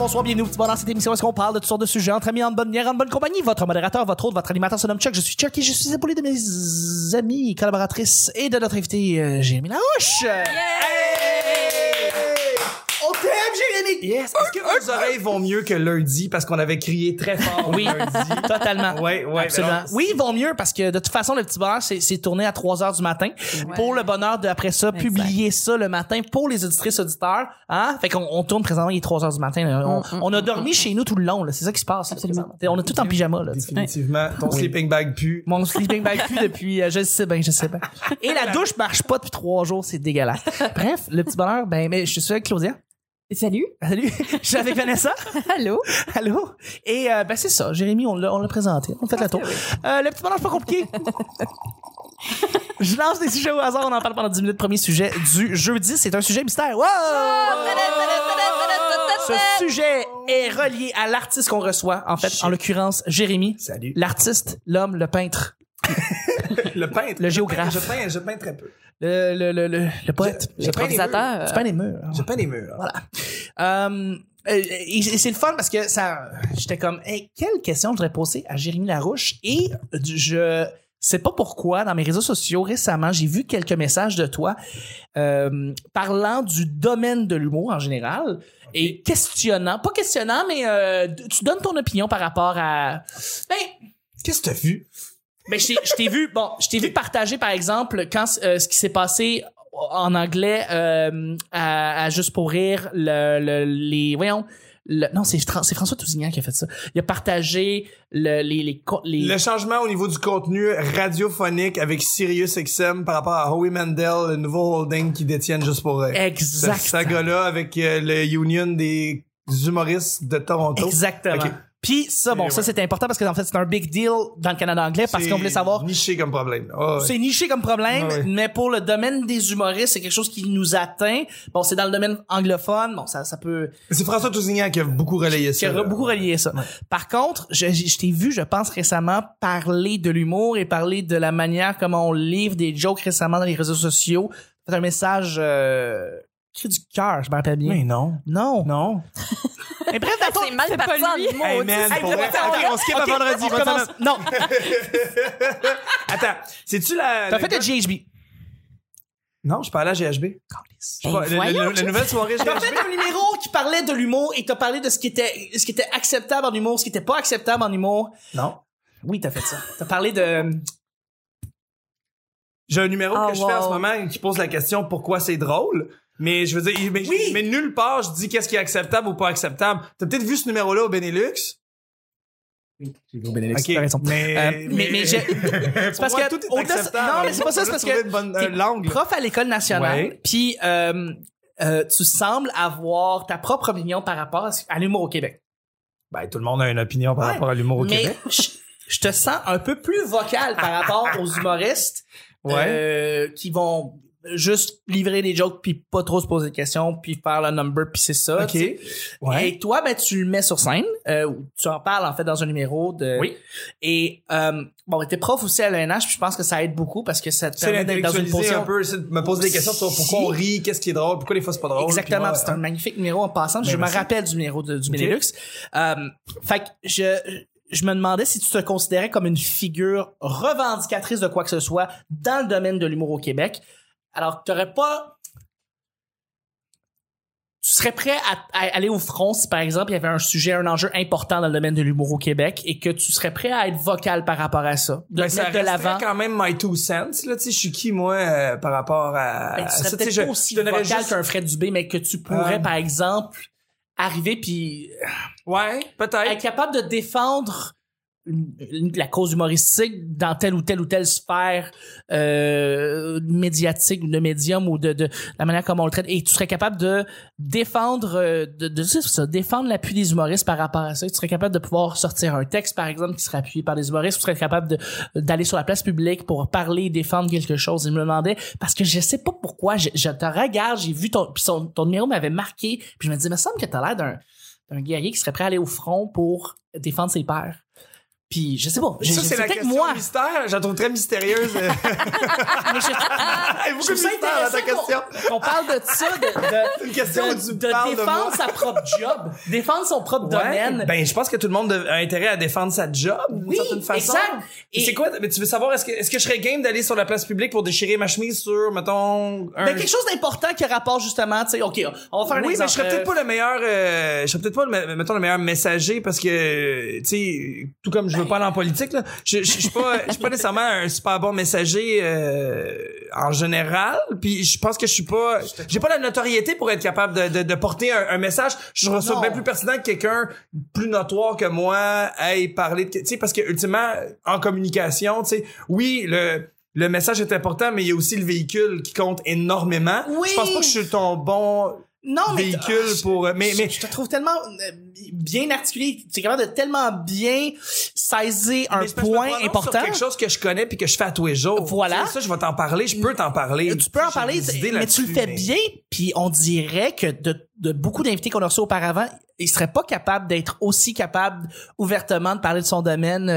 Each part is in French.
bonsoir, bienvenue au Petit Bonheur dans cette émission où est-ce qu'on parle de toutes sortes de sujets entre amis, en bonne bière, en bonne compagnie. Votre modérateur, votre hôte, votre animateur se nomme Chuck. Je suis Chuck et je suis épaulé de mes amis, collaboratrices et de notre invité, Jérémy Larouche. On t'aime, Jérémy! Yes. Est-ce que vos oreilles vont mieux que lundi parce qu'on avait crié très fort Oui, lundi? totalement. Ouais, Absolument. alors, Oui, ils vont mieux parce que de toute façon, le Petit Bonheur, c'est tourné à 3h du matin. Pour le bonheur de, après ça, publier ça le matin pour les auditrices auditeurs. Hein? Fait qu'on tourne présentement, il est 3h du matin. Là. On a dormi chez nous tout le long. Là. C'est ça qui se passe. Absolument. On est tout en pyjama. Là, définitivement. Ton sleeping bag pue. Mon sleeping bag pue depuis, je sais bien. Et la douche marche pas depuis 3 jours, c'est dégueulasse. Bref, le Petit Bonheur, mais je suis avec Claudia. Salut. Je suis avec Vanessa. Allô. Et c'est ça, Jérémy, on l'a présenté. On fait la tour. Le Petit Bonheur, c'est pas compliqué. Je lance des sujets au hasard, on en parle pendant 10 minutes. Premier sujet du jeudi, c'est un sujet mystère. Wow! Ce sujet est relié à l'artiste qu'on reçoit, en fait, en l'occurrence, Jérémy. Salut. L'artiste, l'homme, le peintre. Le peintre. Le géographe. Je peins très peu. Le poète. L'improvisateur. Tu peins les murs. Je peins les murs. Voilà. Et c'est le fun parce que j'étais comme, hey, quelle question je voudrais poser à Jérémy Larouche? Et je sais pas pourquoi, dans mes réseaux sociaux, récemment, j'ai vu quelques messages de toi parlant du domaine de l'humour en général et questionnant, mais tu donnes ton opinion par rapport à... Qu'est-ce que t'as vu? Je t'ai vu partager, par exemple, quand ce qui s'est passé en anglais à Juste pour rire, non, c'est François Tousignan qui a fait ça. Il a partagé Le changement au niveau du contenu radiophonique avec Sirius XM par rapport à Howie Mandel, le nouveau holding qu'ils détiennent Juste pour rire. Exact. Ce saga-là avec le Union des humoristes de Toronto. Exactement. Okay. Puis ça, ça c'était important parce que en fait c'est un big deal dans le Canada anglais parce qu'on voulait savoir. C'est niché comme problème. Oh, c'est niché comme problème, mais pour le domaine des humoristes, c'est quelque chose qui nous atteint. Bon, c'est dans le domaine anglophone. Bon, ça peut. C'est François Tousignan qui a beaucoup relayé ça. Ouais. Par contre, je t'ai vu, je pense récemment parler de l'humour et parler de la manière comment on livre des jokes récemment dans les réseaux sociaux. C'est un message cri du cœur, je me rappelle bien. Mais non. Mais bref, c'est mal parti en humour. Hey man, on skip à vendredi. On commence. Non. Attends, c'est-tu la... T'as fait le GHB. Non, je parlais à GHB. La nouvelle soirée GHB. T'as fait un numéro qui parlait de l'humour et t'as parlé de ce qui était acceptable en humour, ce qui était pas acceptable en humour. Non. Oui, t'as fait ça. T'as parlé de... J'ai un numéro que je fais en ce moment qui pose la question pourquoi c'est drôle. Mais je veux dire, mais nulle part je dis qu'est-ce qui est acceptable ou pas acceptable. T'as peut-être vu ce numéro-là au Benelux? Oui, j'ai vu au Benelux. Okay. T'as raison. Mais c'est parce que tout est acceptable. Non, mais c'est pas ça, c'est parce que t'es prof à l'école nationale, puis tu sembles avoir ta propre opinion par rapport à l'humour au Québec. Ben tout le monde a une opinion par rapport à l'humour au Québec. Mais je te sens un peu plus vocal par rapport aux humoristes qui vont juste livrer des jokes puis pas trop se poser de questions puis faire le number puis c'est ça. OK. Ouais. Et toi, tu le mets sur scène. Tu en parles en fait dans un numéro de... Oui. Et t'es prof aussi à l'ENH puis je pense que ça aide beaucoup parce que ça te permet d'être dans une position... un peu, c'est de me poser des questions sur pourquoi on rit, qu'est-ce qui est drôle, pourquoi des fois c'est pas drôle. Exactement. C'est un magnifique numéro en passant. Je me rappelle du numéro du Benelux. Fait que je me demandais si tu te considérais comme une figure revendicatrice de quoi que ce soit dans le domaine de l'humour au Québec. Alors, tu serais prêt à aller au front si, par exemple, il y avait un enjeu important dans le domaine de l'humour au Québec et que tu serais prêt à être vocal par rapport à ça, de mettre de l'avant. Quand même my two cents, là, tu sais, je suis qui, moi, par rapport à... Tu serais peut-être pas aussi vocal qu'un Fred Dubé, mais que tu pourrais, par exemple, arriver puis... Ouais, peut-être. Être capable de défendre la cause humoristique dans telle ou telle sphère médiatique, de médium ou de la manière comme on le traite, et tu serais capable de défendre défendre l'appui des humoristes par rapport à ça. Tu serais capable de pouvoir sortir un texte par exemple qui serait appuyé par des humoristes, tu serais capable d'aller sur la place publique pour parler et défendre quelque chose. Il me demandait parce que je sais pas pourquoi je te regarde, j'ai vu ton numéro m'avait marqué, puis je me dis il me semble que t'as l'air d'un guerrier qui serait prêt à aller au front pour défendre ses pairs. Puis je sais pas. Ça, c'est la peut-être question moi. mystère. Je la trouve très mystérieuse. Mais Il y a beaucoup de mystère dans ta question. On parle de ça, C'est une question où tu parles de défendre moi. sa propre job, défendre son propre domaine. Ben, je pense que tout le monde a intérêt à défendre sa job d'une certaine façon. Exact. Et c'est quoi? Mais tu veux savoir, est-ce que je serais game d'aller sur la place publique pour déchirer ma chemise sur, mettons, Ben, quelque chose d'important qui rapporte justement, tu sais, OK, on va faire un oui, exemple. mais je serais peut-être pas le meilleur, je serais peut-être pas le meilleur messager parce que, tu sais, tout comme je veux pas aller en politique, là, je suis pas nécessairement un super bon messager, en général, puis je pense que j'ai pas la notoriété pour être capable de porter un message. Je reçois bien plus pertinent que quelqu'un plus notoire que moi aille parler de, tu sais, parce que ultimement, en communication, tu sais, oui, le message est important, mais il y a aussi le véhicule qui compte énormément. Oui. Je pense pas que je suis ton bon véhicule pour... Mais je te trouve tellement bien articulé. Tu es capable de tellement bien saisir un point important. Sur quelque chose que je connais puis que je fais à tous les jours. Voilà. Tu sais, ça, je vais t'en parler. Je peux t'en parler. Tu peux en parler, mais tu le fais bien. Puis on dirait que de beaucoup d'invités qu'on a reçus auparavant, ils seraient pas capables d'être aussi capables ouvertement de parler de son domaine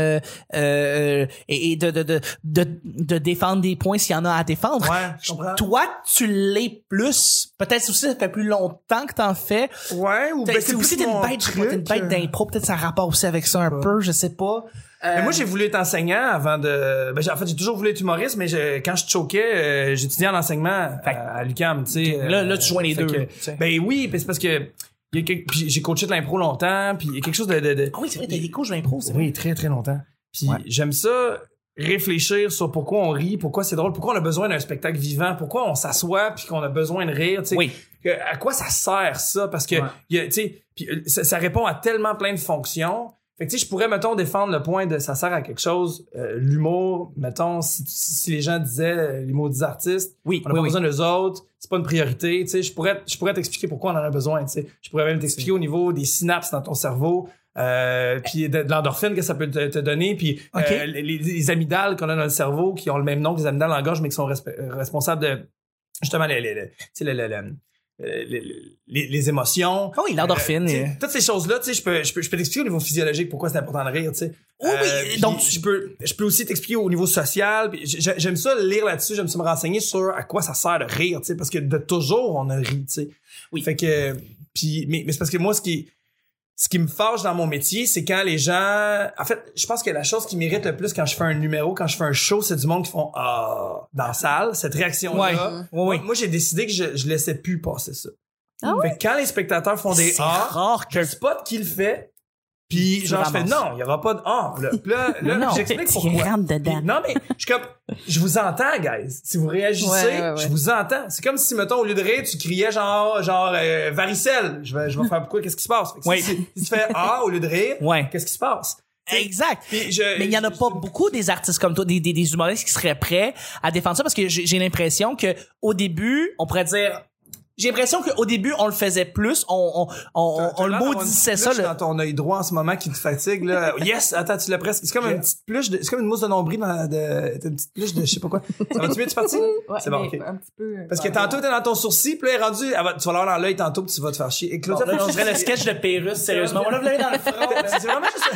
et de défendre des points s'il y en a à défendre. Ouais, je comprends. Toi, tu l'es plus. Peut-être aussi ça fait plus longtemps que t'en fais. Ouais, ou C'est aussi t'es une bête d'impro, peut-être ça a rapport aussi avec ça un peu, je sais pas. Mais moi, j'ai voulu être enseignant avant de... Ben, en fait, j'ai toujours voulu être humoriste, mais quand je choquais, j'étudiais en enseignement à l'UQAM, tu sais. Là, tu joins les deux. Ben oui, c'est parce que... Puis j'ai coaché de l'impro longtemps, puis il y a quelque chose de... Ah oui, c'est vrai, t'as des coachs d'impro, c'est Oui, vrai. très, très longtemps. Puis j'aime ça, réfléchir sur pourquoi on rit, pourquoi c'est drôle, pourquoi on a besoin d'un spectacle vivant, pourquoi on s'assoit puis qu'on a besoin de rire, tu sais. Oui. À quoi ça sert, ça? Parce que, tu sais, ça répond à tellement plein de fonctions. Fait que tu sais, je pourrais, mettons, défendre le point de ça sert à quelque chose, l'humour, mettons, si les gens disaient les maudits artistes, on n'a pas besoin d'eux autres, c'est pas une priorité, tu sais, je pourrais t'expliquer pourquoi on en a besoin, tu sais. Je pourrais même t'expliquer au niveau des synapses dans ton cerveau, puis de l'endorphine que ça peut te donner, puis les amygdales qu'on a dans le cerveau qui ont le même nom que les amygdales dans la gorge mais qui sont responsables de justement les émotions. Ah oui, l'endorphine. Toutes ces choses-là, tu sais, je peux t'expliquer au niveau physiologique pourquoi c'est important de rire, tu sais. Oui, donc je peux aussi t'expliquer au niveau social. Puis j'aime ça lire là-dessus, j'aime ça me renseigner sur à quoi ça sert de rire, tu sais, parce que de toujours on a ri, tu sais. Oui. Fait que mais c'est parce que moi ce qui me fâche dans mon métier, c'est quand les gens... En fait, je pense que la chose qui mérite le plus quand je fais un numéro, quand je fais un show, c'est du monde qui font « Ah » dans la salle, cette réaction-là. Ouais. Moi, j'ai décidé que je laissais plus passer ça. Ah ouais? Fait que quand les spectateurs font des « Ah », rare que je spot qui le fait, puis genre je fais « Non, il y aura pas de « Ah ». Puis là, j'explique pourquoi. Rentre dedans. Puis, non, mais je suis comme... Je vous entends, guys. Si vous réagissez, je vous entends. C'est comme si, mettons, au lieu de rire, tu criais genre varicelle. Je vais faire pourquoi, qu'est-ce qui se passe? Si tu fais ah au lieu de rire, qu'est-ce qui se passe? Exact. Mais il y en a pas beaucoup des artistes comme toi, des humoristes qui seraient prêts à défendre ça parce que j'ai l'impression que au début, on pourrait dire... J'ai l'impression qu'au début, on le faisait plus, on le maudissait ça. Dans ton œil droit en ce moment qui te fatigue, là. Yes! Attends, tu l'as presque. C'est comme une petite pluche c'est comme une mousse de nombril t'as une petite pluche de je sais pas quoi. Ça va-tu bien, tu parti? Ouais, c'est bon, ok. Un petit peu. Parce que tantôt, t'es dans ton sourcil, puis là, elle est rendue, tu vas l'avoir dans l'œil tantôt, puis tu vas te faire chier. Et Claudia, on dirait le sketch de Pérus, sérieusement. On l'a vu dans le front. C'est vraiment juste...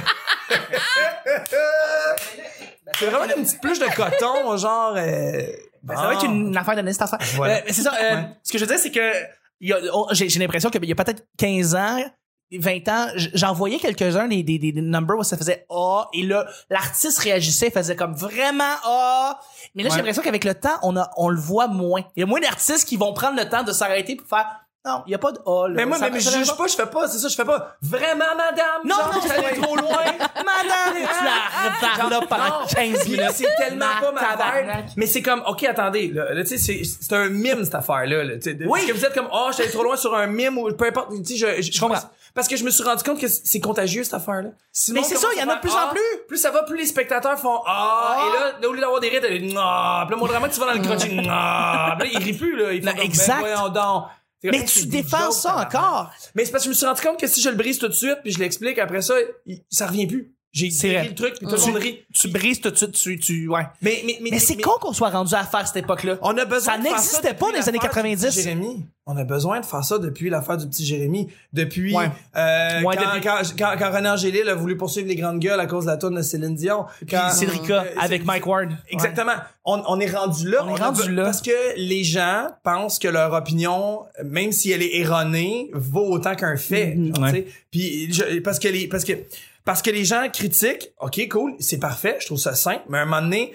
C'est vraiment une petite pluche de coton, genre... Ça va être une affaire de cette affaire. Voilà. C'est ça. Ce que je veux dire, c'est que j'ai l'impression qu'il y a peut-être 15 ans, 20 ans, j'en voyais quelques-uns des numbers où ça faisait A et là, l'artiste réagissait, faisait comme vraiment A. Mais là, j'ai l'impression qu'avec le temps, on le voit moins. Il y a moins d'artistes qui vont prendre le temps de s'arrêter pour faire non, il y a pas de A, là. Mais moi, je juge pas, je fais pas vraiment madame. Non, genre, non, je suis allé trop loin. Madame, tu la reparles là pendant 15 minutes. C'est tellement pas ma tête. Mais c'est comme, OK, attendez, là, tu sais, c'est un mime, cette affaire-là, tu sais. Oui. Parce que vous êtes comme, je suis allé trop loin sur un mime ou peu importe, tu sais, je comprends. Parce que je me suis rendu compte que c'est contagieux, cette affaire-là. Mais c'est ça, il y en a de plus en plus. Plus ça va, plus les spectateurs font et là, au lieu d'avoir des rires, t'as des puis là, moi, vraiment, que tu vas dans le crotch, puis là, ils rient plus, là. Ils font exact. Voyons donc. Mais tu défends ça encore. Mais c'est parce que je me suis rendu compte que si je le brise tout de suite puis je l'explique après ça, ça revient plus. J'ai C'est écrit vrai. le truc, puis tout le monde rit. Tu brises tout de suite, ouais. Mais c'est mais- con qu'on soit rendu à faire cette époque-là. On a besoin Ça de faire n'existait pas dans depuis les années l'affaire du 90. petit Jérémy. On a besoin de faire ça depuis l'affaire du petit Jérémy. Depuis, Ouais. Ouais, quand René Angélil a voulu poursuivre les grandes gueules à cause de la tourne de Céline Dion. Quand Cédrica avec Mike Ward. Exactement. On est rendu là. On est rendu là. Parce que les gens pensent que leur opinion, même si elle est erronée, vaut autant qu'un fait. Genre, Ouais. tu sais. Puis parce que les gens critiquent, ok, cool, c'est parfait, je trouve ça simple, mais à un moment donné,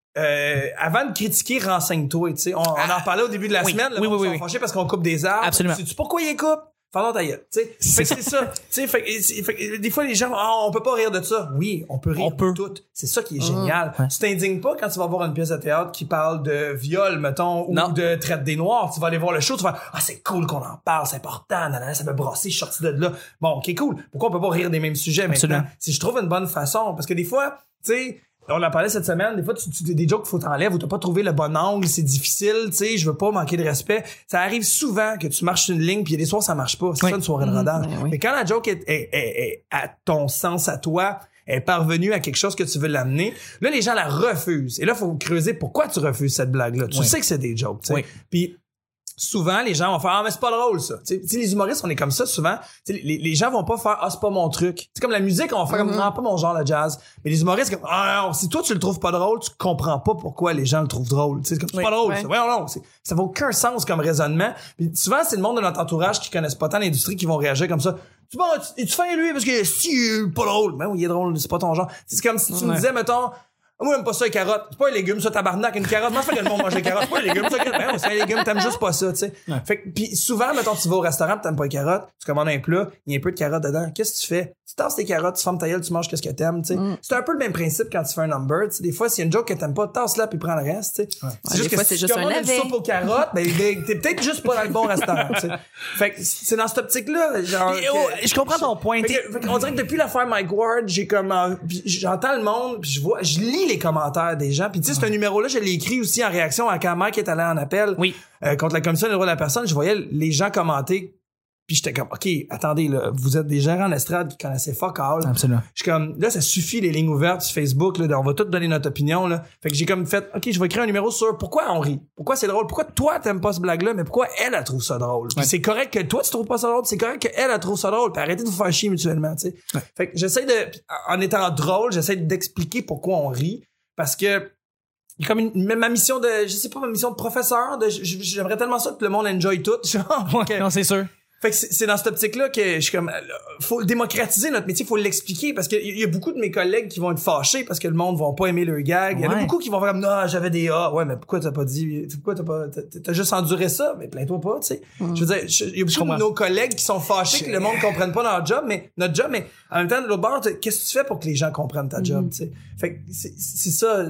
avant de critiquer, renseigne-toi, tu sais. On en parlait au début de la oui. semaine, là, Oui, on oui, s'en oui. fâchait parce qu'on coupe des arbres. Absolument. Sais-tu pourquoi ils coupent? Pendant ta gueule, tu sais. Fait que c'est ça. Tu sais, fait que des fois, les gens, on peut pas rire de ça. Oui, on peut rire de tout. C'est ça qui est génial. Ouais. Tu t'indignes pas quand tu vas voir une pièce de théâtre qui parle de viol, mettons, ou Non. de traite des Noirs. Tu vas aller voir le show, tu vas, c'est cool qu'on en parle, c'est important, nanana, ça me brasser, je suis sorti de là. Bon, ok, cool. Pourquoi on peut pas rire des mêmes sujets Absolument. maintenant? Si je trouve une bonne façon, parce que des fois, tu sais, on en parlait cette semaine, des fois, tu des jokes qu'il faut t'enlèves ou t'as pas trouvé le bon angle, c'est difficile, tu sais, je veux pas manquer de respect. Ça arrive souvent que tu marches sur une ligne puis il y a des soirs ça marche pas. C'est Oui. ça une soirée de rodage. Oui. Mais quand la joke est à ton sens, à toi, est parvenue à quelque chose que tu veux l'amener, là, les gens la refusent. Et là, il faut creuser pourquoi tu refuses cette blague-là. Tu Oui. sais que c'est des jokes, tu sais. Oui. Puis souvent, les gens vont faire « Ah, mais c'est pas drôle, ça. » Tu sais, les humoristes, on est comme ça souvent. Tu sais, les gens vont pas faire « Ah, c'est pas mon truc. » C'est comme la musique, on va faire comme « Ah, pas mon genre, le jazz. » Mais les humoristes, comme « Ah, non, si toi, tu le trouves pas drôle, tu comprends pas pourquoi les gens le trouvent drôle. » Tu sais, c'est comme « C'est Oui. pas drôle, Ouais. ça. Ouais, non, ça n'a aucun sens comme raisonnement. » Puis souvent, c'est le monde de notre entourage qui connaissent pas tant l'industrie qui vont réagir comme ça. Tu vois, tu fais lui parce que si, pas drôle. Ben oui, il est drôle, c'est pas ton genre. C'est comme si tu me disais, mettons, moi, j'aime pas ça, les carottes. C'est pas un légume, ça, tabarnak, une carotte. Moi, fait que le monde mange les carottes. C'est pas un légume, ça. Ben, c'est un légume, t'aimes juste pas ça, tu sais. Ouais. Fait que, pis souvent, mettons, tu vas au restaurant pis t'aimes pas les carottes, tu commandes un plat, il y a un peu de carottes dedans. Qu'est-ce que tu fais? Tu tasses tes carottes, tu fermes ta gueule, tu manges qu'est-ce que t'aimes, tu sais. C'est un peu le même principe quand tu fais un number, tu sais. Des fois, s'il y a une joke que t'aimes pas, tasse-la puis prends le reste, tu sais. C'est des juste fois, que c'est si juste tu un commandes une navet. soupe aux carottes, ben, t'es peut-être juste pas dans le bon restaurant, tu sais. Fait que c'est dans cette optique-là, genre. Et, oh, je comprends ton point. Fait qu'on dirait que depuis l'affaire Mike Ward, j'ai comme puis j'entends le monde, puis je lis les commentaires des gens, puis tu sais c'est un numéro là, je l'ai écrit aussi en réaction à quand Mike est allé en appel Oui. contre la commission des droits de la personne, je voyais les gens commenter. Puis j'étais comme, OK, attendez, là, vous êtes des gérants d'estrade qui connaissaient fuck all. Absolument. Je suis comme, là, ça suffit les lignes ouvertes sur Facebook, là, on va tous donner notre opinion, là. Fait que j'ai comme fait, OK, je vais écrire un numéro sur pourquoi on rit. Pourquoi c'est drôle. Pourquoi toi, t'aimes pas ce blague-là, mais pourquoi elle trouve ça drôle. Puis Ouais. c'est correct que toi, tu trouves pas ça drôle, c'est correct qu'elle trouve ça drôle. Puis arrêtez de vous faire chier mutuellement, tu sais. Ouais. Fait que j'essaie en étant drôle, j'essaie d'expliquer pourquoi on rit. Parce que, il y a comme ma mission de, je sais pas, ma mission de professeur, j'aimerais tellement ça que le monde enjoy tout. Genre, que- Non, c'est sûr. fait que c'est dans cette optique-là que je suis comme, faut démocratiser notre métier, faut l'expliquer parce qu'il y a beaucoup de mes collègues qui vont être fâchés parce que le monde va pas aimer leur gag. Il y en a Ouais. beaucoup qui vont faire comme, non, j'avais des A. Ouais, mais pourquoi t'as pas dit, pourquoi t'as juste enduré ça? Mais plains-toi pas, tu sais. Je veux dire, il y a beaucoup comprends. de nos collègues qui sont fâchés que le monde comprenne pas notre job, mais en même temps, de l'autre bord, qu'est-ce que tu fais pour que les gens comprennent ta job, tu sais? Fait que c'est ça,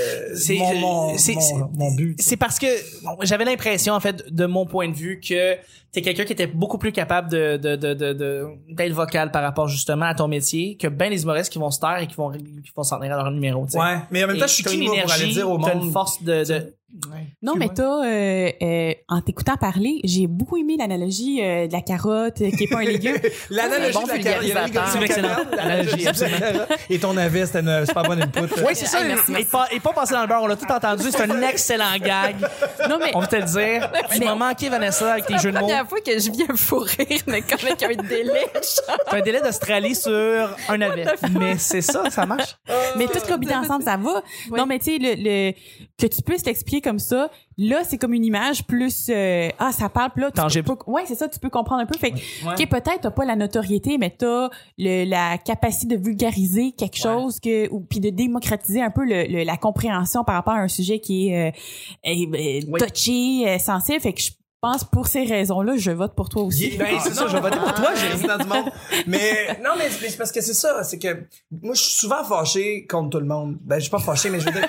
mon but. C'est parce que bon, j'avais l'impression, en fait, de mon point de vue, que t'es quelqu'un qui était beaucoup plus capable d'être vocal par rapport justement à ton métier que ben les humoristes qui vont se taire et qui vont s'en tenir à leur numéro. T'sais. Ouais, mais en même temps, Et je suis t'as qui, une moi, pour aller énergie, dire au t'as une monde. force de... Ouais. Non, mais en t'écoutant parler, j'ai beaucoup aimé l'analogie de la carotte, qui est pas un légume. L'analogie Bon de la carotte. Il y a vulgarisateur. C'est une excellente analogie, de la carotte. Et ton navet, c'était une super bonne input. Oui, c'est ça. Hey, merci, Et pas passé dans le beurre, on l'a tout entendu. C'est un excellent gag. Non, mais On veut te le dire. Tu m'as manqué, Vanessa, avec tes jeux de la mots. première fois que je vis un fou rire, mais comme avec un délai. T'as un délai d'Australie sur un navet. Mais c'est ça, ça marche. Mais tout combiné ensemble, ça va. Oui. Non, mais tu sais, que tu puisses l'expliquer comme ça, là, c'est comme une image plus, ça parle, puis là, Tangible. ouais, c'est ça, tu peux comprendre un peu. Fait que, Ouais. OK, peut-être t'as pas la notoriété, mais t'as la capacité de vulgariser quelque chose puis de démocratiser un peu la compréhension par rapport à un sujet qui est touché, sensible. Fait que je pense pour ces raisons-là, je vote pour toi aussi. Ben, c'est ça, je vais voter pour toi, Jérémy. Jérémy. Du monde. Mais non, mais c'est parce que c'est ça, c'est que moi je suis souvent fâché contre tout le monde. Ben je suis pas fâché, mais je veux dire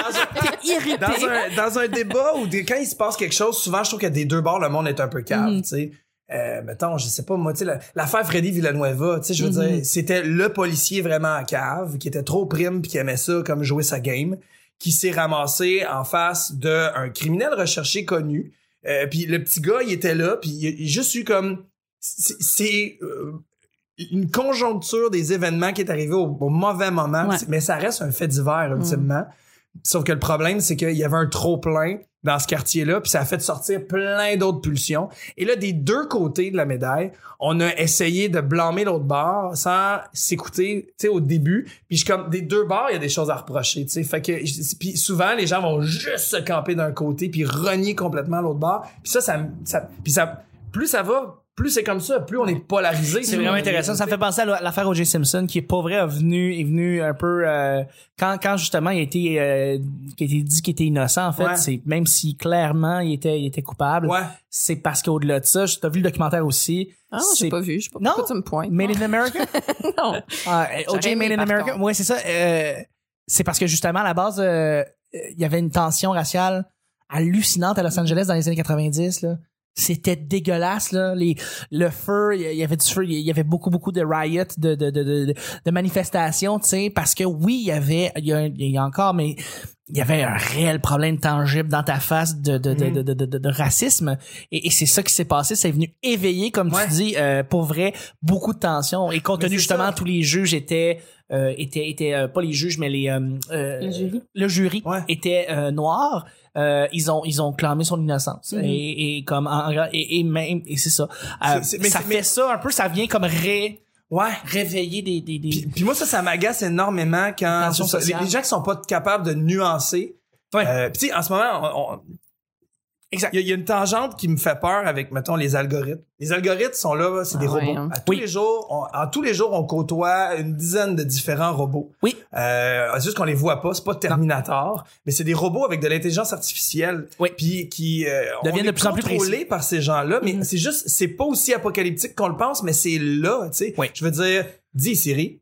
dans un débat où quand il se passe quelque chose, souvent je trouve que des deux bords le monde est un peu calme, tu sais. Mettons, je sais pas, moi, tu sais, l'affaire Freddy Villanueva, tu sais, je veux dire, c'était le policier vraiment en cave, qui était trop prime pis qui aimait ça comme jouer sa game, qui s'est ramassé en face d'un criminel recherché connu. Puis le petit gars, il était là, puis il a juste eu comme... une conjoncture des événements qui est arrivé au mauvais moment, mais ça reste un fait divers ultimement. Sauf que le problème, c'est qu'il y avait un trop-plein dans ce quartier-là, puis ça a fait sortir plein d'autres pulsions. Et là, des deux côtés de la médaille, on a essayé de blâmer l'autre bord sans s'écouter, tu sais, au début. Puis comme des deux bords, il y a des choses à reprocher, tu sais. Fait que puis souvent, les gens vont juste se camper d'un côté puis renier complètement l'autre bord. Puis ça, plus ça va, plus c'est comme ça, plus on est polarisé. C'est vraiment intéressant. Ça me fait penser à l'affaire O.J. Simpson, qui est pas vrai, est venu un peu quand justement il a été dit qu'il était innocent en fait, c'est même si clairement il était coupable. C'est parce qu'au-delà de ça, t'as vu le documentaire aussi. Ah, j'ai pas vu, je sais pas pourquoi tu me pointes. Made in America? Non. O.J. Made in America. Ouais, c'est ça. C'est parce que justement à la base il y avait une tension raciale hallucinante à Los Angeles dans les années 90 là. C'était dégueulasse là, le feu, il y avait du feu, il y avait beaucoup de riots, de manifestations, tu sais, parce que oui, il y a encore, mais il y avait un réel problème tangible dans ta face de racisme, et c'est ça qui s'est passé, c'est venu éveiller, comme tu dis, pour vrai, beaucoup de tensions, et compte tenu justement tous les juges étaient pas les juges mais le jury était noir. Ils ont clamé son innocence et comme même et c'est ça. Fait ça un peu, ça vient comme réveiller des puis moi ça m'agace énormément quand les gens qui sont pas capables de nuancer. Puis tu sais en ce moment exact. Il y a une tangente qui me fait peur avec, mettons, les algorithmes. Les algorithmes sont là, c'est des robots. En tous les jours, on côtoie une dizaine de différents robots. Oui. C'est juste qu'on les voit pas. C'est pas Terminator, mais c'est des robots avec de l'intelligence artificielle. Oui. Puis qui deviennent de plus en plus contrôlés par ces gens-là. Mais c'est pas aussi apocalyptique qu'on le pense, mais c'est là, tu sais. Oui. Je veux dire, dis Siri.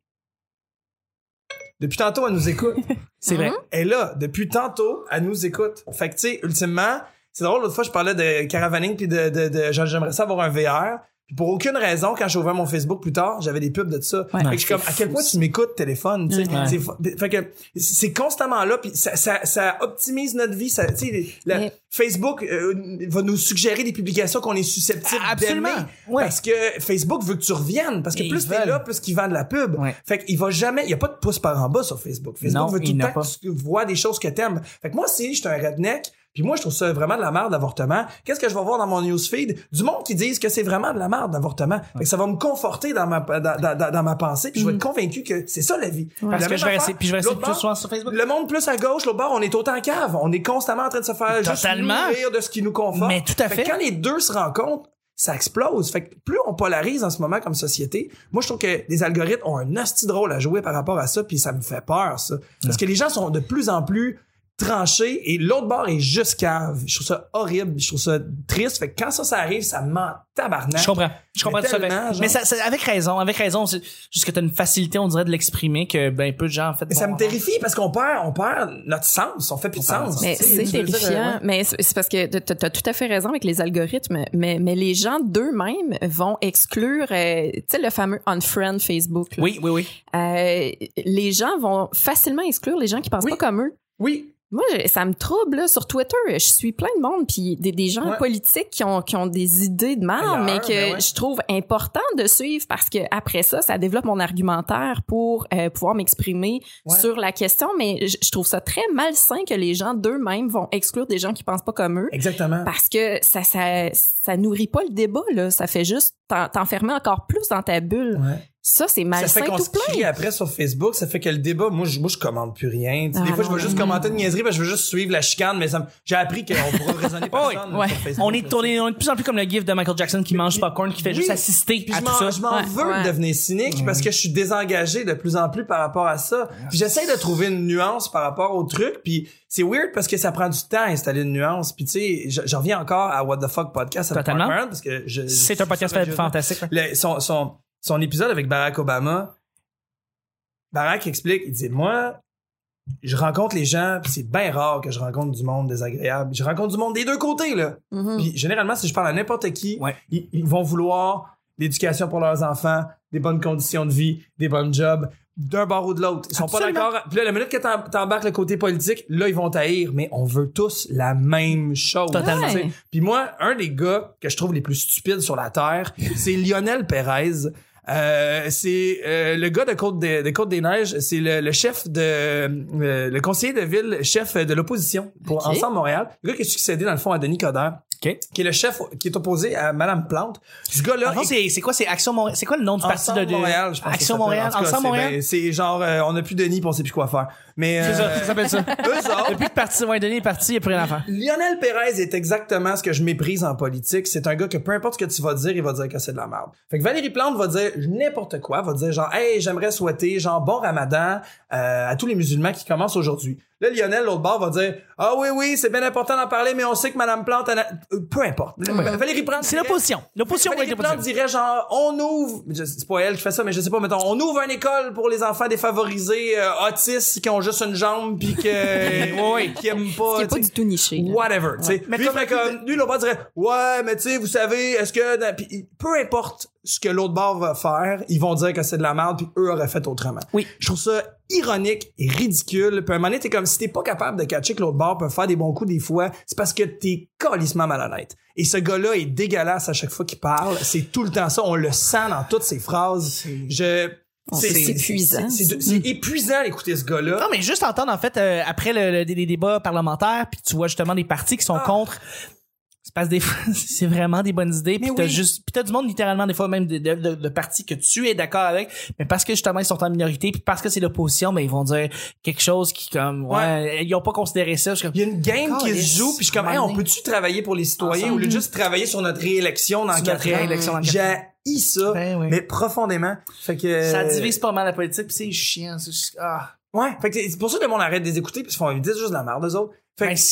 Depuis tantôt, elle nous écoute. C'est vrai. Elle est là. Depuis tantôt, elle nous écoute. Fait que, tu sais, ultimement, c'est drôle, l'autre fois, je parlais de caravaning puis j'aimerais ça avoir un VR. Puis pour aucune raison, quand j'ai ouvert mon Facebook plus tard, j'avais des pubs de ça. Fait que je suis comme, à quel point tu m'écoutes, téléphone, tu sais. Fait que c'est constamment là, puis ça optimise notre vie. Ça, tu sais, Facebook va nous suggérer des publications qu'on est susceptible d'aimer. Parce que Facebook veut que tu reviennes. Parce que plus t'es là, plus qu'il vend de la pub. Fait qu'il va jamais, il y a pas de pouce par en bas sur Facebook. Facebook veut tout le temps que tu vois des choses que t'aimes. Fait que moi, si j'étais un redneck, puis moi, je trouve ça vraiment de la merde, l'avortement. Qu'est-ce que je vais voir dans mon newsfeed? Du monde qui disent que c'est vraiment de la merde, l'avortement. Fait que ça va me conforter dans ma pensée, puis je vais être convaincu que c'est ça la vie. Parce que je vais rester plus souvent sur Facebook. Le monde plus à gauche, l'autre bord, on est autant cave. On est constamment en train de se faire juste nourrir de ce qui nous conforte. Mais tout à fait. Quand les deux se rencontrent, ça explose. Fait que plus on polarise en ce moment comme société, moi je trouve que les algorithmes ont un hostie de rôle à jouer par rapport à ça, puis ça me fait peur, ça. Parce que les gens sont de plus en plus tranché et l'autre bord est juste cave. Je trouve ça horrible, je trouve ça triste. Fait que quand ça arrive, ça me ment tabarnak. Je comprends tout ça. Mais ça, avec raison, c'est juste que t'as une facilité, on dirait, de l'exprimer que peu de gens en fait. Mais ça me terrifie parce qu'on perd notre sens, on fait plus de sens. Mais c'est terrifiant. Mais c'est parce que t'as tout à fait raison avec les algorithmes, mais les gens d'eux-mêmes vont exclure, tu sais, le fameux unfriend Facebook. Là. Oui. Les gens vont facilement exclure les gens qui pensent pas comme eux. Oui. Moi, ça me trouble, là, sur Twitter. Je suis plein de monde, puis des gens politiques qui ont des idées de merde, mais que je trouve important de suivre parce que après ça développe mon argumentaire pour pouvoir m'exprimer sur la question. Mais je trouve ça très malsain que les gens d'eux-mêmes vont exclure des gens qui pensent pas comme eux. Exactement. Parce que ça nourrit pas le débat, là. Ça fait juste t'enfermer encore plus dans ta bulle. Ouais. Ça, c'est malsain tout plein. Ça fait qu'on se crie après sur Facebook, ça fait que le débat, moi je commande plus rien. Des fois, je vais juste commenter une niaiserie parce que je veux juste suivre la chicane, mais j'ai appris qu'on pourra raisonner personne sur Facebook. On est de plus en plus comme le gif de Michael Jackson qui mange popcorn, qui fait juste assister à tout ça. Je m'en veux de devenir cynique parce que je suis désengagé de plus en plus par rapport à ça. Puis j'essaie de trouver une nuance par rapport au truc, puis c'est weird parce que ça prend du temps à installer une nuance. Puis tu sais, j'en reviens encore à What the Fuck Podcast. Totalement. Parce que c'est un podcast fantastique. Son épisode avec Barack Obama, Barack explique, il dit, moi, je rencontre les gens, puis c'est bien rare que je rencontre du monde désagréable. Je rencontre du monde des deux côtés, là. Mm-hmm. Puis généralement, si je parle à n'importe qui, ils vont vouloir l'éducation pour leurs enfants, des bonnes conditions de vie, des bons jobs, d'un bord ou de l'autre. Ils sont pas d'accord. Puis là, la minute que t'embarques le côté politique, là, ils vont t'haïr, mais on veut tous la même chose. Totalement. Puis moi, un des gars que je trouve les plus stupides sur la Terre, c'est Lionel Pérez. C'est le gars de Côte-des-Neiges, c'est le chef le conseiller de ville, chef de l'opposition pour Ensemble Montréal. Le gars qui a succédé dans le fond à Denis Coderre. Okay. Qui est le chef qui est opposé à Madame Plante. Ce gars-là. C'est quoi? C'est Action Montréal. C'est quoi le nom du parti de Montréal, je pense. Action Montréal. Ensemble Montréal. C'est genre, on a plus Denis pis on sait plus quoi faire. Mais, c'est ça s'appelle ça. Eux autres. Depuis que parti, Denis est parti, il n'y a plus rien à faire. Lionel Pérez est exactement ce que je méprise en politique. C'est un gars que peu importe ce que tu vas dire, il va dire que c'est de la merde. Fait que Valérie Plante va dire n'importe quoi, va dire genre, hey, j'aimerais souhaiter genre bon Ramadan, à tous les musulmans qui commencent aujourd'hui. Là, Lionel, l'autre bord, va dire ah oui, c'est bien important d'en parler, mais on sait que Madame Plante, peu importe. Valérie Plante, c'est l'opposition. Valérie Plante dirait genre on ouvre, c'est pas elle qui fait ça, mais je sais pas, mettons, on ouvre une école pour les enfants défavorisés, autistes qui ont juste une jambe puis qui aiment pas. C'est pas du tout niché. Whatever, tu sais. Mais lui, lui, l'autre bord dirait ouais, mais tu sais, vous savez, est-ce que puis, peu importe ce que l'autre bord va faire, ils vont dire que c'est de la merde puis eux auraient fait autrement. Oui. Je trouve ça ironique et ridicule. Puis à un moment donné, t'es comme si t'es pas capable de catcher que l'autre bord peut faire des bons coups des fois, c'est parce que t'es calissement malhonnête. Et ce gars-là est dégueulasse à chaque fois qu'il parle. C'est tout le temps ça. On le sent dans toutes ses phrases. C'est épuisant. C'est épuisant d'écouter ce gars-là. Non, mais juste entendre, en fait, après les débats parlementaires, puis tu vois justement des partis qui sont contre. C'est parce que des fois, c'est vraiment des bonnes idées, puis t'as du monde littéralement des fois même de partis que tu es d'accord avec, mais parce que justement ils sont en minorité, puis parce que c'est l'opposition, ben ils vont dire quelque chose qui comme ils ont pas considéré ça. Il y a une game qui se joue, puis je suis comme hey, on peut-tu travailler pour les citoyens au lieu de juste travailler sur notre réélection dans 4 ans. J'ai ça, mais profondément. Fait que ça divise pas mal la politique, puis c'est chiant. Ouais, fait que c'est pour ça que le monde arrête de les écouter, puis ils disent juste de la merde eux autres. Fait que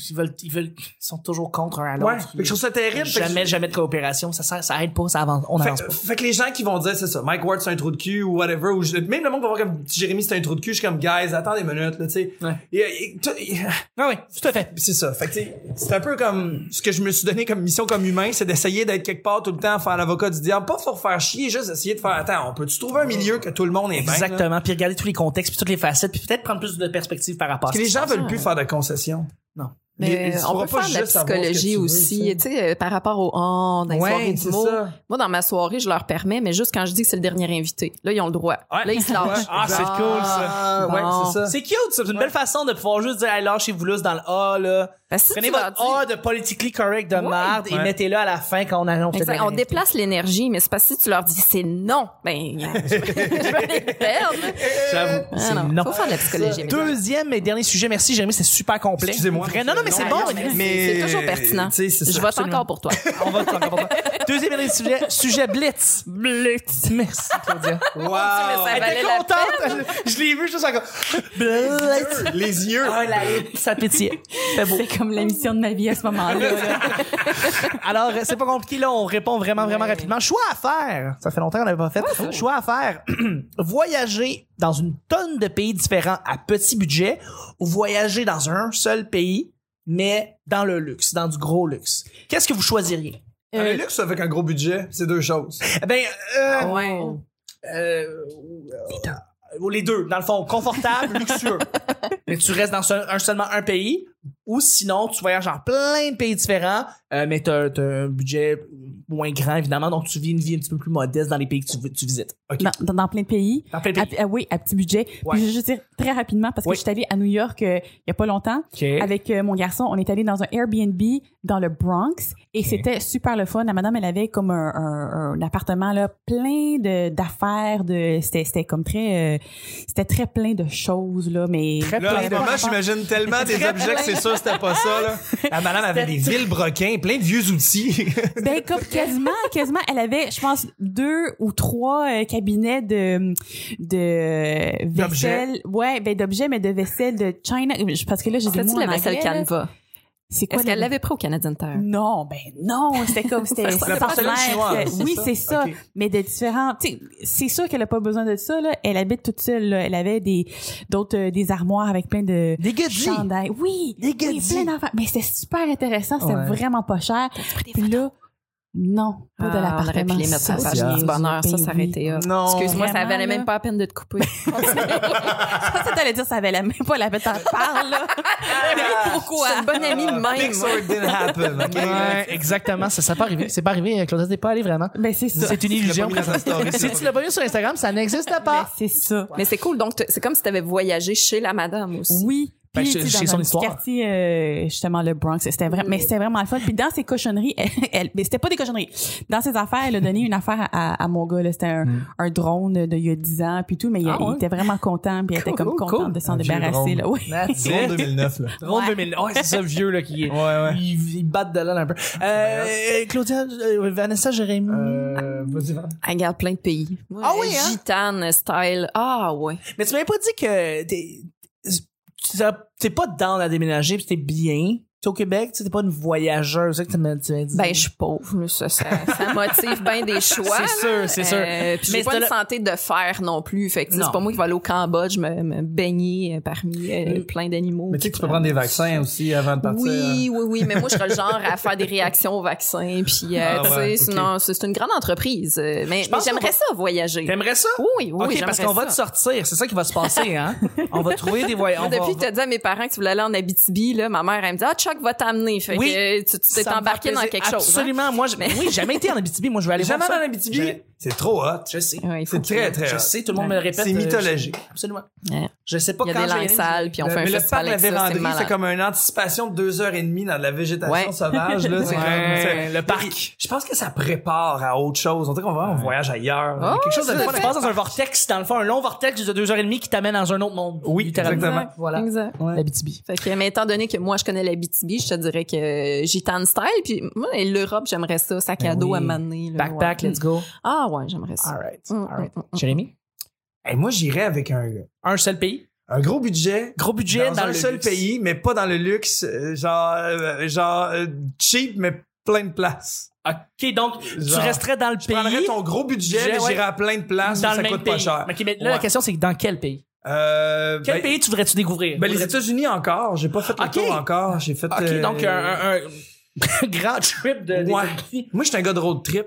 ils sont toujours contre un à l'autre. Ouais, fait que je trouve ça terrible. Jamais de coopération, ça aide pas, ça avance, on avance pas. Fait que les gens qui vont dire c'est ça, Mike Ward c'est un trou de cul ou whatever, ou même le monde va voir comme Jérémy c'est un trou de cul, je suis comme guys, attends des minutes là, tu sais. Oui, tout à fait. C'est ça. Fait que c'est un peu comme ce que je me suis donné comme mission comme humain, c'est d'essayer d'être quelque part tout le temps, faire l'avocat du diable, pas pour faire chier, juste essayer de faire attends, on peut-tu trouver un milieu que tout le monde est bien. Exactement, puis regarder tous les contextes, puis toutes les facettes, puis peut-être prendre plus de perspective par rapport à ça. Parce que les gens veulent plus faire de concessions. Non. Mais on peut faire de la psychologie aussi, tu sais, par rapport au dans les soirées d'humour. Moi, dans ma soirée, je leur permets, mais juste quand je dis que c'est le dernier invité. Là, ils ont le droit. Ouais. Là, ils se lâchent. C'est cool, ça. Ouais, c'est ça. C'est cute, ça. C'est une belle façon de pouvoir juste dire, hey, lâchez-vous là, dans le A, là. Prenez votre A de politically correct de merde et mettez-le à la fin quand on annonce. On déplace l'énergie, mais c'est parce que si tu leur dis c'est non, ben, je vais les perdre. J'avoue, c'est non. Faut faire de la psychologie. Deuxième et dernier sujet. Merci, Jérémy, c'est super complet. Excusez-moi. Non, mais c'est bon. C'est toujours pertinent. Je vote encore pour toi. On vote encore pour toi. Deuxième et dernier sujet Blitz. Merci, Claudia. Wow. Elle était contente. Je l'ai vu juste encore. Blitz. Les yeux. Ça pétillait. C'est comme l'émission de ma vie à ce moment-là. Alors, c'est pas compliqué, là. On répond vraiment rapidement. Choix à faire. Ça fait longtemps qu'on l'avait pas fait. Choix à faire. Voyager dans une tonne de pays différents à petit budget ou voyager dans un seul pays, mais dans le luxe, dans du gros luxe. Qu'est-ce que vous choisiriez? Le luxe avec un gros budget, c'est deux choses. Les deux, dans le fond, confortable, luxueux. Mais tu restes dans seulement un pays, ou sinon tu voyages dans plein de pays différents, mais t'as un budget moins grand évidemment, donc tu vis une vie un petit peu plus modeste dans les pays que tu visites. Okay. Dans plein de pays. Dans plein de pays. Oui, à petit budget. Ouais. Puis je vais juste dire très rapidement parce que je suis allée à New York il y a pas longtemps avec mon garçon. On est allé dans un Airbnb dans le Bronx et c'était super le fun. La madame, elle avait comme un appartement là plein d'affaires, c'était comme très c'était très plein de choses là, mais très là, plein de moment, j'imagine tellement des objets que c'est sûr c'était pas ça là. La madame avait des vilebrequins, plein de vieux outils. Ben comme quasiment elle avait je pense 2 ou 3 cabinets de vaisselle. Ouais, ben d'objets mais de vaisselle de China parce que là j'ai des mots en anglais. C'est la vaisselle Canva. C'est quoi? Est-ce qu'elle l'avait pris au Canadian Tire? Non, c'était comme, c'était la porcelaine chinoise. Oui, c'est ça. Okay. Mais de différents, tu sais, c'est sûr qu'elle a pas besoin de ça, là. Elle habite toute seule, là. Elle avait des armoires avec plein de chandails. Oui. Des plein d'affaires. Mais c'était super intéressant. C'était vraiment pas cher. Puis là, Non, pas de l'appartement. On aurait pu les mettre sur la page du bonheur. Ça aurait été Non. Excuse-moi, ça valait même pas la peine de te couper. Je pensais que t'allais dire ça valait même pas la peine d'en parler, là. Pourquoi? C'est une bonne amie de même. Big so it didn't happen. Okay? Ouais, exactement. Ça pas arrivé. C'est pas arrivé. Claudette n'est pas allée vraiment. Ben, c'est ça. C'est une illusion. Si tu l'as pas vu sur Instagram, ça n'existe pas. Ben, c'est ça. Mais c'est cool. Donc, c'est comme si tu avais voyagé chez la madame aussi. Oui. Ben, Puis, chez dans son un histoire. quartier, justement, le Bronx. Mais c'était vraiment le fun. Puis dans ses cochonneries, mais c'était pas des cochonneries. Dans ses affaires, elle a donné une affaire à mon gars, là. C'était un drone il y a 10 ans, puis tout, mais il était vraiment content, puis il était comme content de s'en débarrasser, là. Oui. Drone 2009, là. Drone 2009. Ouais, c'est ça, vieux, là, qui Ouais. il batte de là un peu. Claudia, Vanessa, Jérémy. Vas-y, va. Elle regarde plein de pays. Ah oui, hein? Gitane, style. Ah, ouais. Mais tu m'avais pas dit que t'es pas down à déménager pis t'es bien. T'es au Québec, tu sais, t'es pas une voyageuse, c'est ça que tu m'as dit. Ben, je suis pauvre, là. Ça motive bien des choix. C'est sûr. Puis j'ai pas une santé de fer non plus. Fait que c'est pas moi qui vais aller au Cambodge me baigner parmi plein d'animaux. Mais tu sais que tu peux prendre des vaccins aussi avant de partir. Oui. Mais moi, je serais le genre à faire des réactions aux vaccins. Puis, tu sais, non, c'est une grande entreprise. Mais j'aimerais ça voyager. T'aimerais ça? Oui, OK, parce qu'on va te sortir. C'est ça qui va se passer, hein? On va trouver des voyages. Depuis que t'as dit à mes parents que tu voulais aller en Abitibi, là, ma mère, elle me dit, Chuck va t'amener. Fait que tu t'es embarqué dans quelque chose. Absolument. Hein? Moi, j'ai jamais été en Abitibi. Moi, je vais aller voir ça. Jamais en Abitibi? C'est trop hot. Je sais. Ouais, c'est très, très hot. Je sais, tout le monde me le répète. C'est mythologique. Absolument. Ouais. Je sais pas quand il y a des langues sales, puis on fait un festival avec ça. Le parc La Vérandrie, c'est comme une anticipation de 2h30 dans de la végétation sauvage. Là, c'est le parc. Je pense que ça prépare à autre chose. On dirait qu'on va en voyage ailleurs. Quelque chose de fun. Tu passes dans un vortex, dans le fond, un long vortex de 2h30 qui t'amène dans un autre monde. Oui, exactement. Voilà. Exact. L'Abitibi. Fait que, mais étant donné que moi, je connais l'Abitibi, je te dirais que Gitane style, puis moi, l'Europe, j'aimerais ça, sac à dos à m'amener. Backpack, let's go. Ah ouais, j'aimerais ça. All right. Jérémy? Moi, j'irais avec un seul pays? Un gros budget. Dans un seul luxe. pays, mais pas dans le luxe. Genre cheap, mais plein de places. OK, donc tu resterais dans le pays. Je prendrais ton gros budget, mais j'irais à plein de places où ça coûte pas cher. OK, mais là, la question, c'est dans quel pays? Quel pays tu voudrais-tu découvrir? Les États-Unis encore. J'ai pas fait le tour encore. J'ai fait... OK, donc un grand trip de Moi, je suis un gars de road trip.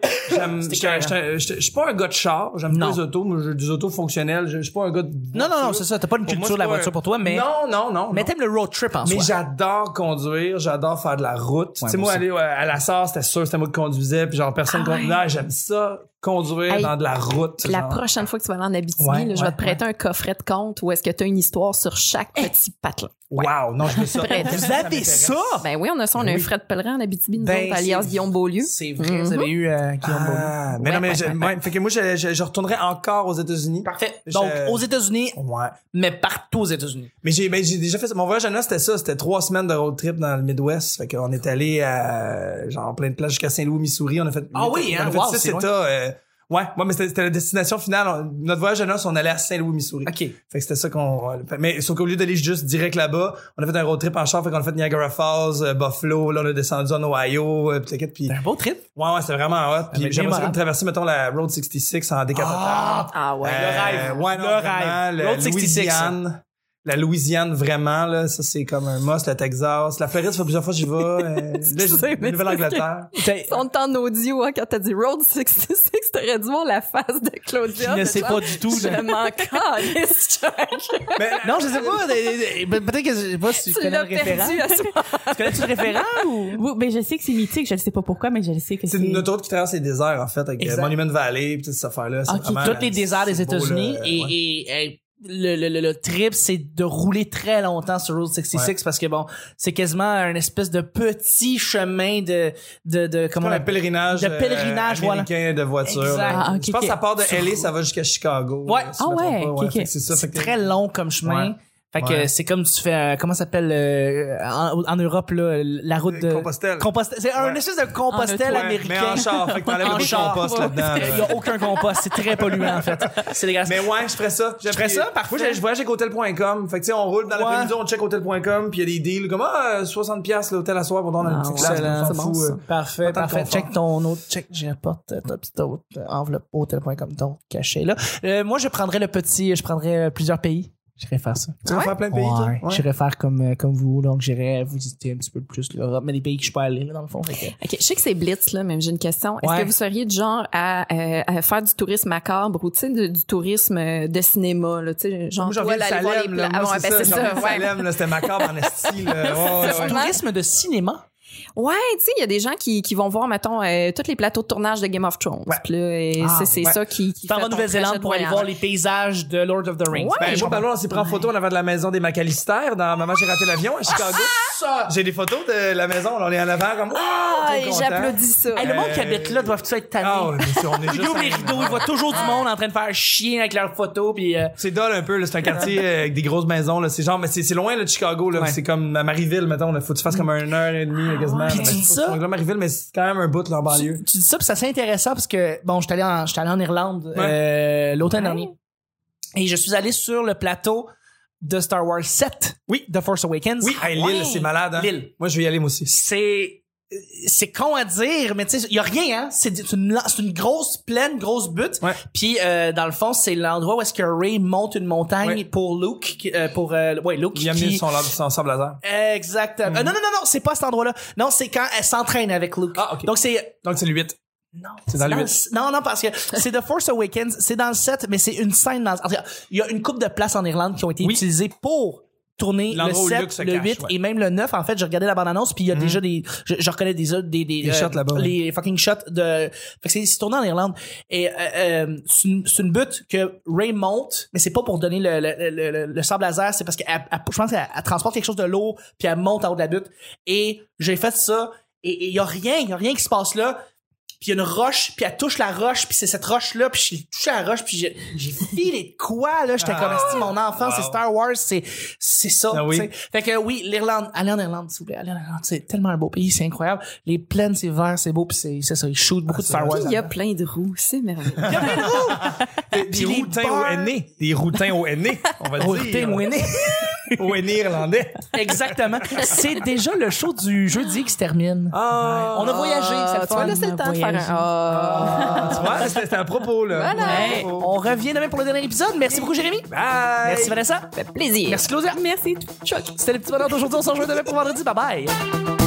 Je suis pas un gars de char. J'aime pas les autos. Moi, j'ai des autos fonctionnelles. Je suis pas un gars de voiture. Non, c'est ça. T'as pas une culture de la voiture pour toi, mais... Non. Mais t'aimes le road trip en soi. Mais j'adore conduire. J'adore faire de la route. Tu sais, moi, aller à la SAR, c'était sûr, c'était moi qui conduisais. Puis genre, personne conduisait. J'aime ça. Conduire dans de la route. La prochaine fois que tu vas aller en Abitibi, je vais te prêter un coffret de compte où est-ce que tu as une histoire sur chaque petit patelin. Wow, non, je veux ça. Vous avez ça? Ben oui, on a ça. On a un Fred Pellerin en Abitibi, nous autres, alias Guillaume Beaulieu. C'est vrai, vous avez eu Guillaume Beaulieu. Mais non, mais fait que moi, je retournerais encore aux États-Unis. Parfait. Donc, aux États-Unis, mais partout aux États-Unis. Mais j'ai déjà fait ça. Mon voyage à noces, c'était ça. C'était 3 semaines de road trip dans le Midwest. Fait qu'on est allé à, genre, plein de plages jusqu'à Saint-Louis, Missouri. On a fait, on a fait 6 États, mais c'était la destination finale. Notre voyage de noces, on allait à Saint-Louis, Missouri. OK. Fait que c'était ça mais sauf qu'au lieu d'aller juste direct là-bas, on a fait un road trip en char. Fait qu'on a fait Niagara Falls, Buffalo. Là, on a descendu en Ohio, puis un beau trip. Ouais, c'était vraiment hot. Puis j'aimerais ça traverser, mettons, la Road 66 en décapotable. Ah ouais. Le rêve. Ouais, non, le rêve. Road 66. La Louisiane, vraiment, là, ça, c'est comme un must, le Texas. La Floride, ça fait plusieurs fois que j'y vais. La Nouvelle-Angleterre. On t'en audio, hein, quand t'as dit Road 66, t'aurais dû voir la face de Claudia. Je ne sais pas du tout. Je m'en calisse, Chuck. Non, je sais pas. Peut-être que je sais pas si tu connais le référent. Tu connais-tu le référent ou? Oui, ben, je sais que c'est mythique. Je ne sais pas pourquoi, mais je sais que c'est une autoroute qui traverse les déserts, en fait, avec Monument Valley, pis toute cette affaire-là. Tous les déserts des États-Unis et le trip, c'est de rouler très longtemps sur Route 66 parce que bon, c'est quasiment un espèce de petit chemin de comment on appelle pèlerinage américain de voiture. Exact. Je pense que ça part de LA, ça va jusqu'à Chicago. Ouais. C'est ça. C'est très long comme chemin. Ouais. Fait que c'est comme tu fais comment ça s'appelle en Europe là la route de Compostelle. C'est un espèce de Compostelle américain. Mais en char, fait que t'enlèves le compost là-dedans. Il y a aucun compost, c'est très polluant en fait. C'est dégueulasse. Mais ouais, je ferais ça. Je ferais ça, parfait. Moi, je voyage avec hotel.com. Fait que tu sais, on roule dans l'après-midi, on check hotel.com, puis il y a des deals comme 60$ l'hôtel à soir pour dans une petite classe. C'est bon. Parfait. Check ton autre j'apporte ta petite enveloppe hotel.com donc caché là. Moi je prendrais plusieurs pays. J'irais faire ça. Tu vas faire plein de pays, toi? Ouais. J'irais faire comme vous, donc j'irais visiter un petit peu plus l'Europe, mais des pays que je peux aller, là, dans le fond. OK, je sais que c'est Blitz, là, mais j'ai une question. Est-ce que vous seriez du genre à faire du tourisme macabre ou, tu sais, du tourisme de cinéma, là, tu sais, genre, moi, j'en viens de Salem, là. Moi, c'est ça. Salem, là, c'était macabre en esti, là. C'est un tourisme de cinéma? Ouais, tu sais, il y a des gens qui vont voir, mettons, tous les plateaux de tournage de Game of Thrones. Puis là, c'est ça qui tu t'en vas en Nouvelle-Zélande pour aller voir les paysages de Lord of the Rings. Ouais, moi, on s'est pris en photo en avant de la maison des McAllister dans Maman, j'ai raté l'avion à Chicago. J'ai des photos de la maison, on est en avant comme j'applaudis ça. Le monde qui habite là doivent tous être tannés. Ah, on est ils ouvrent les rideaux, ils voient toujours du monde en train de faire chier avec leurs photos. Puis c'est dole un peu, là, c'est un quartier avec des grosses maisons. Là, c'est genre, mais c'est loin là, de Chicago. Là, c'est comme à Marieville, mettons. Là, faut que tu fasses comme 1h30 quasiment. Puis tu dis ça. Marieville, mais c'est quand même un bout là, en banlieue. Tu dis ça, puis ça c'est intéressant parce que bon, j'étais allé en Irlande l'automne dernier et je suis allé sur le plateau de Star Wars 7. Oui, The Force Awakens. Oui, Lille, c'est malade. Hein? Lille. Moi, je vais y aller moi aussi. C'est con à dire, mais tu sais, il y a rien, hein. C'est une grosse plaine, grosse butte. Ouais. Puis dans le fond, c'est l'endroit où est-ce que Rey monte une montagne pour Luke, Luke. Il a mis son sable laser. Exactement. Non, c'est pas cet endroit-là. Non, c'est quand elle s'entraîne avec Luke. Ah, ok. Donc c'est le 8. Non, c'est dans le 8. Non, parce que c'est The Force Awakens, c'est dans le 7, mais c'est une scène en tout cas, il y a une couple de places en Irlande qui ont été utilisées pour tourner le 7, le 8 et même le 9. En fait, j'ai regardé la bande-annonce puis il y a déjà je reconnais des shots là-bas. Les fucking shots de, fait que c'est tourné en Irlande et c'est une butte que Rey monte, mais c'est pas pour donner le sable laser, c'est parce que je pense qu'elle transporte quelque chose de lourd puis elle monte en haut de la butte et j'ai fait ça et il y a rien qui se passe là. Puis il y a une roche, puis elle touche la roche, puis c'est cette roche-là, puis j'ai touché la roche, puis j'ai filé de quoi, là? J'étais comme, mon enfant, c'est Star Wars, c'est ça, tu sais. Fait que oui, l'Irlande, allez en Irlande, s'il vous plaît, allez en Irlande, c'est tellement un beau pays, c'est incroyable. Les plaines, c'est vert, c'est beau, puis c'est ça, ils shootent beaucoup de Star Wars. Il y a plein de roues, c'est merveilleux. Il y a plein de roues! Des routins au aîné. Des routins au aîné, on va le dire. Routins au aîné. Au aîné irlandais. Exactement. C'est déjà le show du jeudi qui se termine. On a voyagé, c'est le fun. Là, c'est le temps de faire tu vois, c'était un propos, là. Voilà. On revient demain pour le dernier épisode. Merci beaucoup, Jérémy. Bye. Merci, Vanessa. Ça fait plaisir. Merci, Claudia. Merci. Chuck. C'était le petit bonheur d'aujourd'hui. On se rejoint demain pour vendredi. Bye bye.